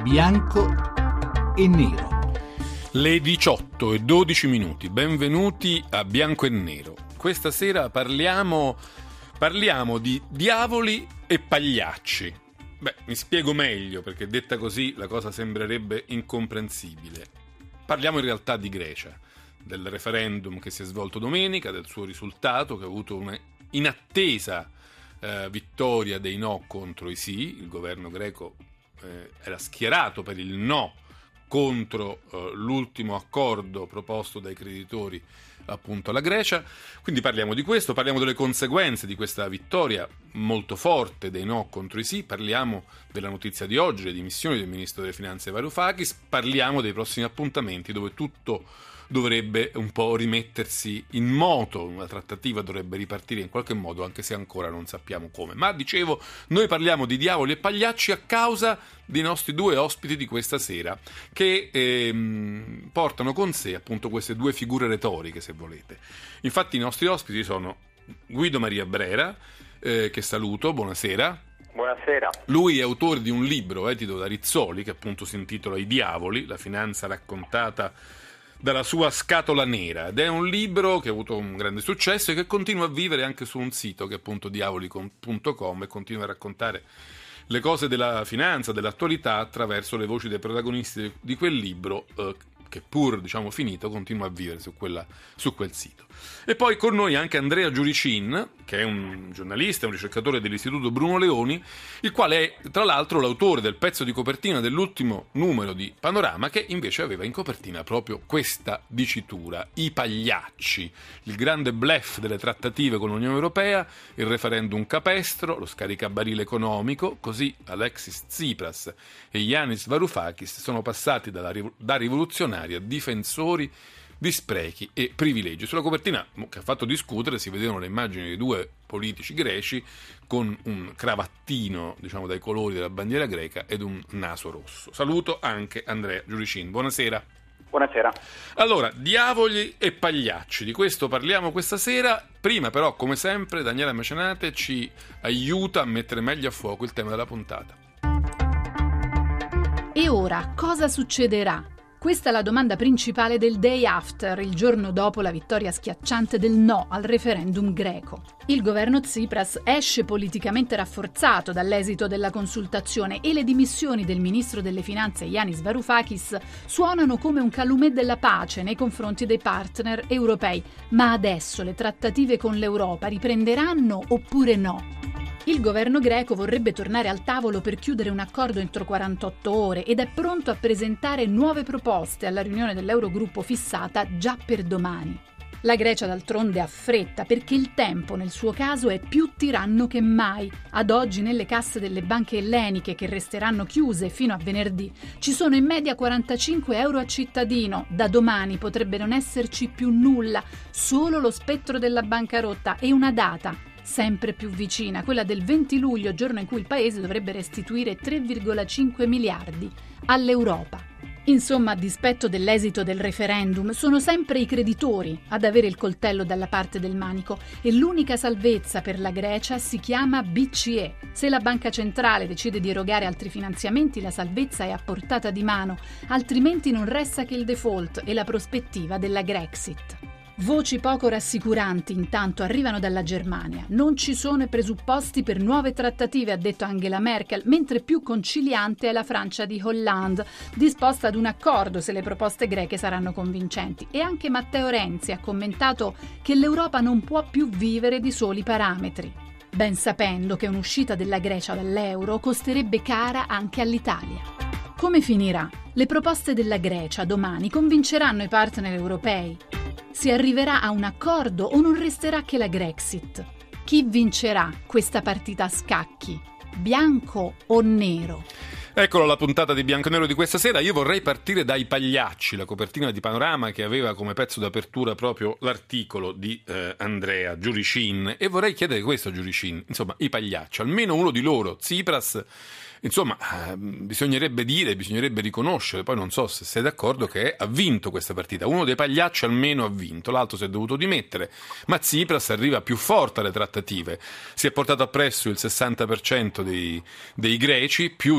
bianco e nero. Le 18:12. Benvenuti a Bianco e Nero. Questa sera parliamo di diavoli e pagliacci. Mi spiego meglio, perché detta così la cosa sembrerebbe incomprensibile. Parliamo in realtà di Grecia, del referendum che si è svolto domenica, del suo risultato, che ha avuto una inattesa vittoria dei no contro i sì. Il governo greco era schierato per il no contro l'ultimo accordo proposto dai creditori appunto alla Grecia. Quindi parliamo di questo, parliamo delle conseguenze di questa vittoria molto forte dei no contro i sì, parliamo della notizia di oggi, le dimissioni del ministro delle finanze Varoufakis, parliamo dei prossimi appuntamenti dove tutto dovrebbe un po' rimettersi in moto, una trattativa dovrebbe ripartire in qualche modo, anche se ancora non sappiamo come. Ma dicevo, noi parliamo di diavoli e pagliacci a causa dei nostri due ospiti di questa sera, che portano con sé appunto queste due figure retoriche, se volete. Infatti i nostri ospiti sono Guido Maria Brera, che saluto, buonasera. Buonasera. Lui è autore di un libro edito da Rizzoli, che appunto si intitola I diavoli, la finanza raccontata dalla sua scatola nera, ed è un libro che ha avuto un grande successo e che continua a vivere anche su un sito che è appunto diavoli.com e continua a raccontare le cose della finanza, dell'attualità attraverso le voci dei protagonisti di quel libro, che pur finito continua a vivere su quel sito. E poi con noi anche Andrea Giuricin, che è un giornalista, un ricercatore dell'Istituto Bruno Leoni, il quale è tra l'altro l'autore del pezzo di copertina dell'ultimo numero di Panorama, che invece aveva in copertina proprio questa dicitura: i pagliacci, il grande bluff delle trattative con l'Unione Europea, il referendum capestro, lo scaricabarile economico. Così Alexis Tsipras e Yanis Varoufakis sono passati da rivoluzionari a difensori di sprechi e privilegi. Sulla copertina, che ha fatto discutere, si vedevano le immagini di due politici greci con un cravattino dai colori della bandiera greca ed un naso rosso. Saluto anche Andrea Giuricin. Buonasera. Buonasera. Allora, diavoli e pagliacci, di questo parliamo questa sera. Prima però, come sempre, Daniela Mecenate ci aiuta a mettere meglio a fuoco il tema della puntata. E ora, cosa succederà? Questa è la domanda principale del day after, il giorno dopo la vittoria schiacciante del no al referendum greco. Il governo Tsipras esce politicamente rafforzato dall'esito della consultazione e le dimissioni del ministro delle finanze Yanis Varoufakis suonano come un calumet della pace nei confronti dei partner europei. Ma adesso le trattative con l'Europa riprenderanno oppure no? Il governo greco vorrebbe tornare al tavolo per chiudere un accordo entro 48 ore ed è pronto a presentare nuove proposte alla riunione dell'Eurogruppo fissata già per domani. La Grecia d'altronde ha fretta perché il tempo nel suo caso è più tiranno che mai. Ad oggi nelle casse delle banche elleniche, che resteranno chiuse fino a venerdì, ci sono in media 45 euro a cittadino. Da domani potrebbe non esserci più nulla, solo lo spettro della bancarotta e una data sempre più vicina, quella del 20 luglio, giorno in cui il paese dovrebbe restituire 3,5 miliardi all'Europa. Insomma, a dispetto dell'esito del referendum, sono sempre i creditori ad avere il coltello dalla parte del manico e l'unica salvezza per la Grecia si chiama BCE. Se la banca centrale decide di erogare altri finanziamenti, la salvezza è a portata di mano, altrimenti non resta che il default e la prospettiva della Grexit. Voci poco rassicuranti intanto arrivano dalla Germania. Non ci sono i presupposti per nuove trattative, ha detto Angela Merkel, mentre più conciliante è la Francia di Hollande, disposta ad un accordo se le proposte greche saranno convincenti. E anche Matteo Renzi ha commentato che l'Europa non può più vivere di soli parametri, ben sapendo che un'uscita della Grecia dall'euro costerebbe cara anche all'Italia. Come finirà? Le proposte della Grecia domani convinceranno i partner europei? Si arriverà a un accordo o non resterà che la Grexit? Chi vincerà questa partita a scacchi? Bianco o nero? Eccolo la puntata di Bianco e Nero di questa sera. Io vorrei partire dai pagliacci, la copertina di Panorama che aveva come pezzo d'apertura proprio l'articolo di Andrea Giuricin, e vorrei chiedere questo a Giuricin. Insomma, i pagliacci, almeno uno di loro, Tsipras, insomma, bisognerebbe riconoscere, poi non so se sei d'accordo, che ha vinto questa partita. Uno dei pagliacci almeno ha vinto, l'altro si è dovuto dimettere, ma Tsipras arriva più forte alle trattative. Si è portato appresso il 60% dei greci, più di quanto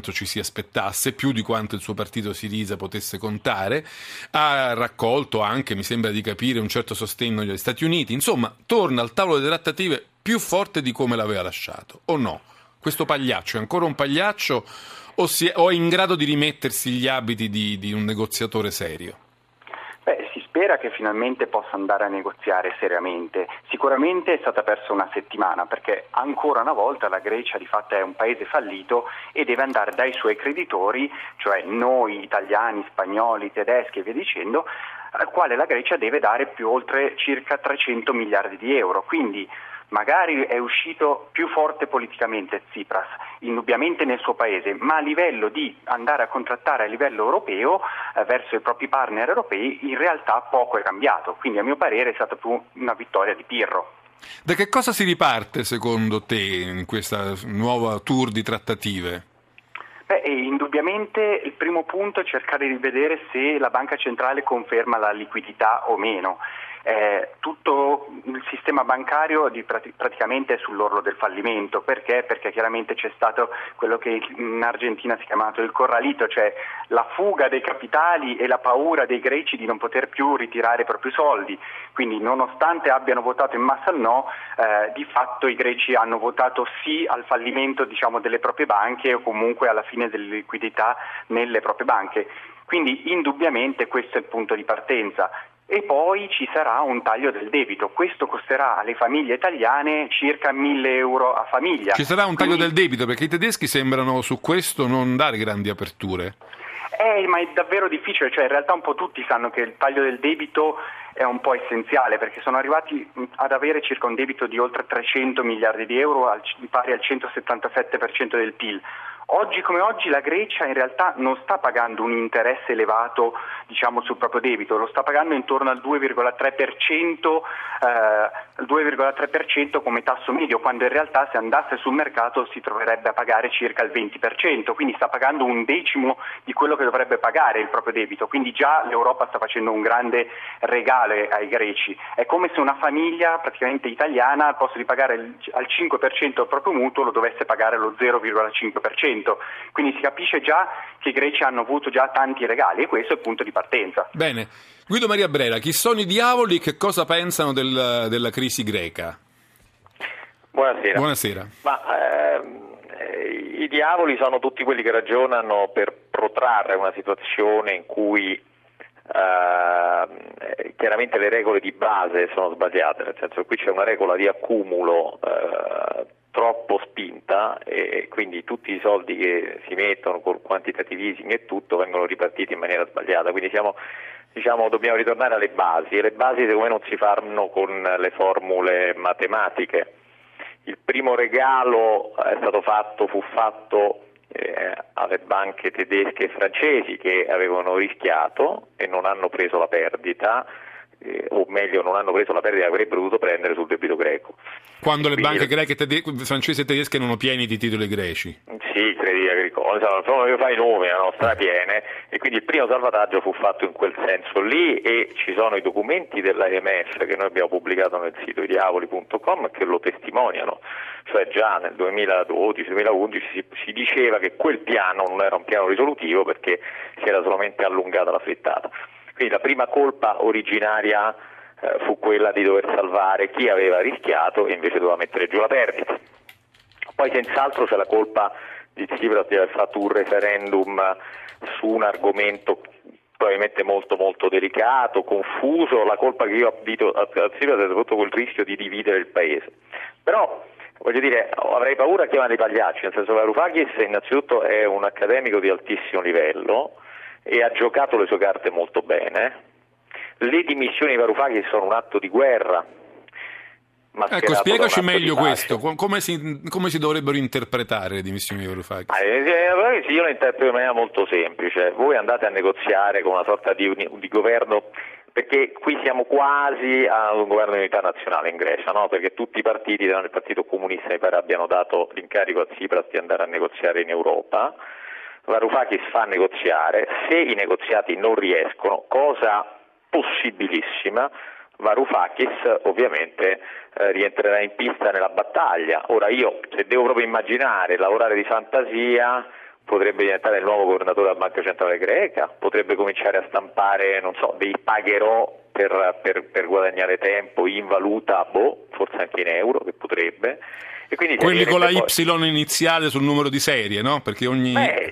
quanto ci si aspettasse, più di quanto il suo partito Syriza potesse contare, ha raccolto anche, mi sembra di capire, un certo sostegno dagli Stati Uniti, insomma torna al tavolo delle trattative più forte di come l'aveva lasciato, o no? Questo pagliaccio è ancora un pagliaccio o è in grado di rimettersi gli abiti di un negoziatore serio? Beh, si spera che finalmente possa andare a negoziare seriamente. Sicuramente è stata persa una settimana, perché ancora una volta la Grecia di fatto è un paese fallito e deve andare dai suoi creditori, cioè noi italiani, spagnoli, tedeschi e via dicendo, al quale la Grecia deve dare oltre circa 300 miliardi di euro. Quindi magari è uscito più forte politicamente Tsipras, indubbiamente nel suo paese, ma a livello di andare a contrattare a livello europeo verso i propri partner europei in realtà poco è cambiato, quindi a mio parere è stata più una vittoria di Pirro. Da che cosa si riparte secondo te in questa nuova tour di trattative? Indubbiamente il primo punto è cercare di vedere se la banca centrale conferma la liquidità o meno. Tutto il sistema bancario praticamente è sull'orlo del fallimento. Perché? Perché chiaramente c'è stato quello che in Argentina si è chiamato il corralito, cioè la fuga dei capitali e la paura dei greci di non poter più ritirare i propri soldi. Quindi nonostante abbiano votato in massa no, di fatto i greci hanno votato sì al fallimento, delle proprie banche o comunque alla fine delle liquidità nelle proprie banche. Quindi indubbiamente questo è il punto di partenza. E poi ci sarà un taglio del debito. Questo costerà alle famiglie italiane circa 1.000 euro a famiglia. Ci sarà un taglio del debito, perché i tedeschi sembrano su questo non dare grandi aperture. Ma è davvero difficile, cioè in realtà un po' tutti sanno che il taglio del debito è un po' essenziale, perché sono arrivati ad avere circa un debito di oltre 300 miliardi di euro, pari al 177% del PIL. Oggi come oggi la Grecia in realtà non sta pagando un interesse elevato sul proprio debito, lo sta pagando intorno al 2,3% come tasso medio, quando in realtà se andasse sul mercato si troverebbe a pagare circa il 20%, quindi sta pagando un decimo di quello che dovrebbe pagare il proprio debito, quindi già l'Europa sta facendo un grande regalo ai greci. È come se una famiglia praticamente italiana al posto di pagare al 5% il proprio mutuo lo dovesse pagare lo 0,5%. Quindi si capisce già che i greci hanno avuto già tanti regali e questo è il punto di partenza. Bene, Guido Maria Brera, chi sono i diavoli, che cosa pensano della crisi greca? Buonasera. Buonasera. I diavoli sono tutti quelli che ragionano per protrarre una situazione in cui chiaramente le regole di base sono sbagliate, nel senso che qui c'è una regola di accumulo troppo spinta e quindi tutti i soldi che si mettono col quantitative easing e tutto vengono ripartiti in maniera sbagliata, quindi dobbiamo ritornare alle basi e le basi secondo me non si fanno con le formule matematiche. Il primo regalo fu fatto alle banche tedesche e francesi che avevano rischiato e non hanno preso la perdita, o meglio non hanno preso la perdita che avrebbero dovuto prendere sul debito greco. Quando le banche greche, francesi e tedesche erano pieni di titoli greci. Sì, Crédit Agricole, io fai i nomi, erano strapiene e quindi il primo salvataggio fu fatto in quel senso lì e ci sono i documenti dell'IMF che noi abbiamo pubblicato nel sito idiavoli.com che lo testimoniano, cioè già nel 2012-2011 si diceva che quel piano non era un piano risolutivo perché si era solamente allungata la frittata. Quindi la prima colpa originaria fu quella di dover salvare chi aveva rischiato e invece doveva mettere giù la perdita. Poi senz'altro c'è la colpa di Tsipras di aver fatto un referendum su un argomento probabilmente molto molto delicato, confuso. La colpa che io addito a Tsipras è soprattutto quel rischio di dividere il paese. Però avrei paura a chiamare i pagliacci, nel senso che Varoufakis innanzitutto è un accademico di altissimo livello e ha giocato le sue carte molto bene. Le dimissioni di Varoufakis sono un atto di guerra. Ecco, spiegaci meglio questo, come si dovrebbero interpretare le dimissioni di Varoufakis? Io le interpreto in maniera molto semplice. Voi andate a negoziare con una sorta di governo, perché qui siamo quasi a un governo di unità nazionale in Grecia, no? Perché tutti i partiti, il Partito Comunista mi pare abbiano dato l'incarico a Tsipras di andare a negoziare in Europa. Varoufakis fa negoziare, se i negoziati non riescono, cosa possibilissima, Varoufakis ovviamente rientrerà in pista nella battaglia. Ora io, se devo proprio immaginare, lavorare di fantasia, potrebbe diventare il nuovo governatore della Banca Centrale Greca, potrebbe cominciare a stampare, non so, dei pagherò per guadagnare tempo in valuta, forse anche in euro, che potrebbe. E quindi quelli con la Y iniziale sul numero di serie, no? Perché ogni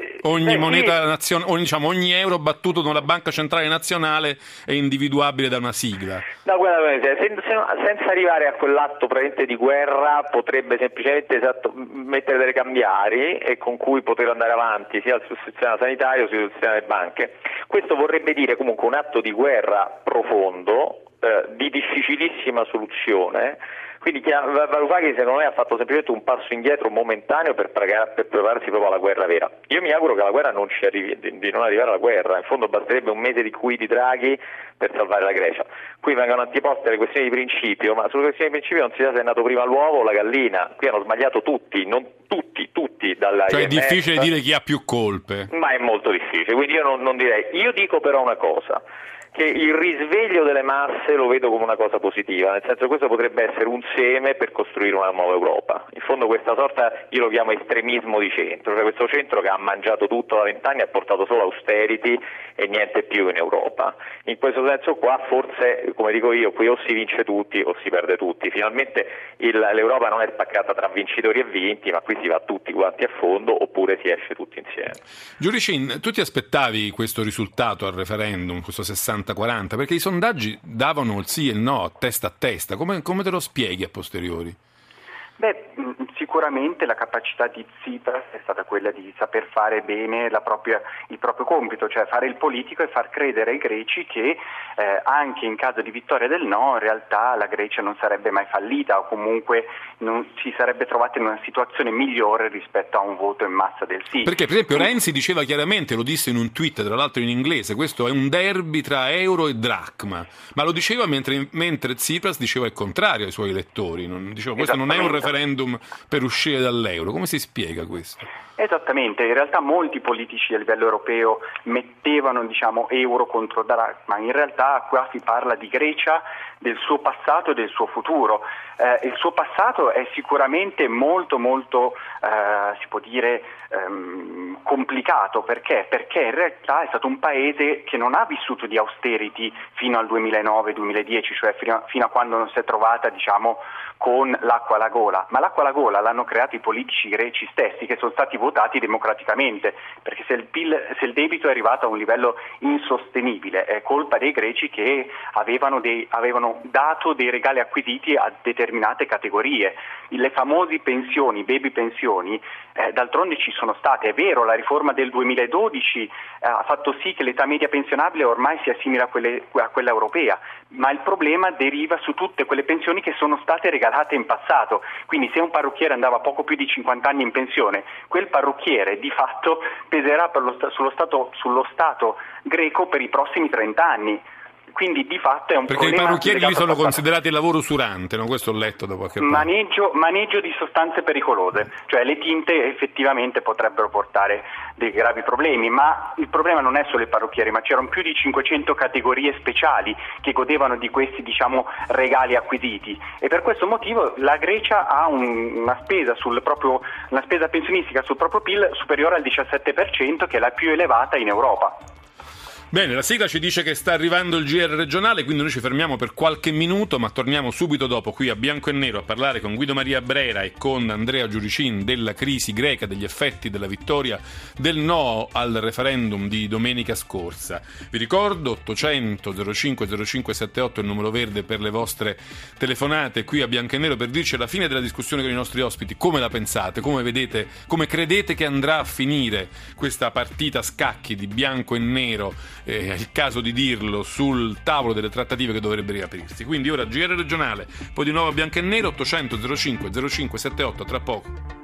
moneta ogni euro battuto nella banca centrale nazionale è individuabile da una sigla. No, guarda, senza arrivare a quell'atto praticamente di guerra, potrebbe semplicemente mettere delle cambiari e con cui poter andare avanti sia sul sistema sanitario sia sul sistema delle banche. Questo vorrebbe dire comunque un atto di guerra profondo, di difficilissima soluzione. Quindi Varoufakis secondo me ha fatto semplicemente un passo indietro momentaneo per prepararsi proprio alla guerra vera. Io mi auguro che la guerra non ci arrivi, di non arrivare alla guerra. In fondo basterebbe un mese di QE di Draghi per salvare la Grecia. Qui vengono antiposte le questioni di principio, ma sulle questioni di principio non si sa se è nato prima l'uovo o la gallina. Qui hanno sbagliato tutti, non tutti dalla Cioè IMF. è difficile dire chi ha più colpe. Ma è molto difficile, quindi io non direi. Io dico però una cosa, che il risveglio delle masse lo vedo come una cosa positiva, nel senso che questo potrebbe essere un seme per costruire una nuova Europa. In fondo questa sorta, io lo chiamo estremismo di centro, cioè questo centro che ha mangiato tutto da 20 anni, ha portato solo austerity e niente più in Europa. In questo senso qua forse, come dico io, qui o si vince tutti o si perde tutti. Finalmente l'Europa non è spaccata tra vincitori e vinti, ma qui si va tutti quanti a fondo oppure si esce tutti insieme. Giuricin, tu ti aspettavi questo risultato al referendum, questo 60-40, perché i sondaggi davano il sì e il no a testa, come te lo spieghi a posteriori? Beh, sicuramente la capacità di Tsipras è stata quella di saper fare bene il proprio compito, cioè fare il politico e far credere ai greci che anche in caso di vittoria del no in realtà la Grecia non sarebbe mai fallita o comunque non si sarebbe trovata in una situazione migliore rispetto a un voto in massa del sì. Perché per esempio Renzi diceva chiaramente, lo disse in un tweet tra l'altro in inglese, questo è un derby tra euro e dracma, ma lo diceva mentre Tsipras diceva il contrario ai suoi elettori, diceva questo non è un referendum per uscire dall'euro. Come si spiega questo? Esattamente, in realtà molti politici a livello europeo mettevano euro contro dracma, in realtà qua si parla di Grecia, del suo passato e del suo futuro. Il suo passato è sicuramente molto si può dire complicato, perché in realtà è stato un paese che non ha vissuto di austerity fino al 2009-2010, cioè fino a quando non si è trovata con l'acqua alla gola, ma l'acqua alla gola l'hanno creato i politici greci stessi che sono stati votati democraticamente, perché se il debito è arrivato a un livello insostenibile è colpa dei greci che avevano dato dei regali acquisiti a determinate categorie. Le famose pensioni, baby pensioni, d'altronde ci sono state. È vero, la riforma del 2012 ha fatto sì che l'età media pensionabile ormai sia simile a quella europea, ma il problema deriva su tutte quelle pensioni che sono state regalate in passato. Quindi se un parrucchiere andava poco più di 50 anni in pensione, quel parrucchiere di fatto peserà sullo Stato greco per i prossimi 30 anni. Quindi di fatto è un perché problema. Perché i parrucchieri lì sono considerati lavoro usurante, no? Questo ho letto da qualche parte. Maneggio di sostanze pericolose, cioè le tinte effettivamente potrebbero portare dei gravi problemi, ma il problema non è solo i parrucchieri, ma c'erano più di 500 categorie speciali che godevano di questi regali acquisiti e per questo motivo la Grecia ha una spesa una spesa pensionistica sul proprio PIL superiore al 17%, che è la più elevata in Europa. Bene, la sigla ci dice che sta arrivando il GR regionale, quindi noi ci fermiamo per qualche minuto, ma torniamo subito dopo qui a Bianco e Nero a parlare con Guido Maria Brera e con Andrea Giuricin della crisi greca, degli effetti della vittoria del no al referendum di domenica scorsa. Vi ricordo 800 05 0578 il numero verde per le vostre telefonate qui a Bianco e Nero per dirci alla fine della discussione con i nostri ospiti come la pensate, come vedete, come credete che andrà a finire questa partita a scacchi di bianco e nero. È il caso di dirlo, sul tavolo delle trattative che dovrebbe riaprirsi. Quindi ora GR regionale, poi di nuovo a Bianco e Nero, 800 05 0578, tra poco.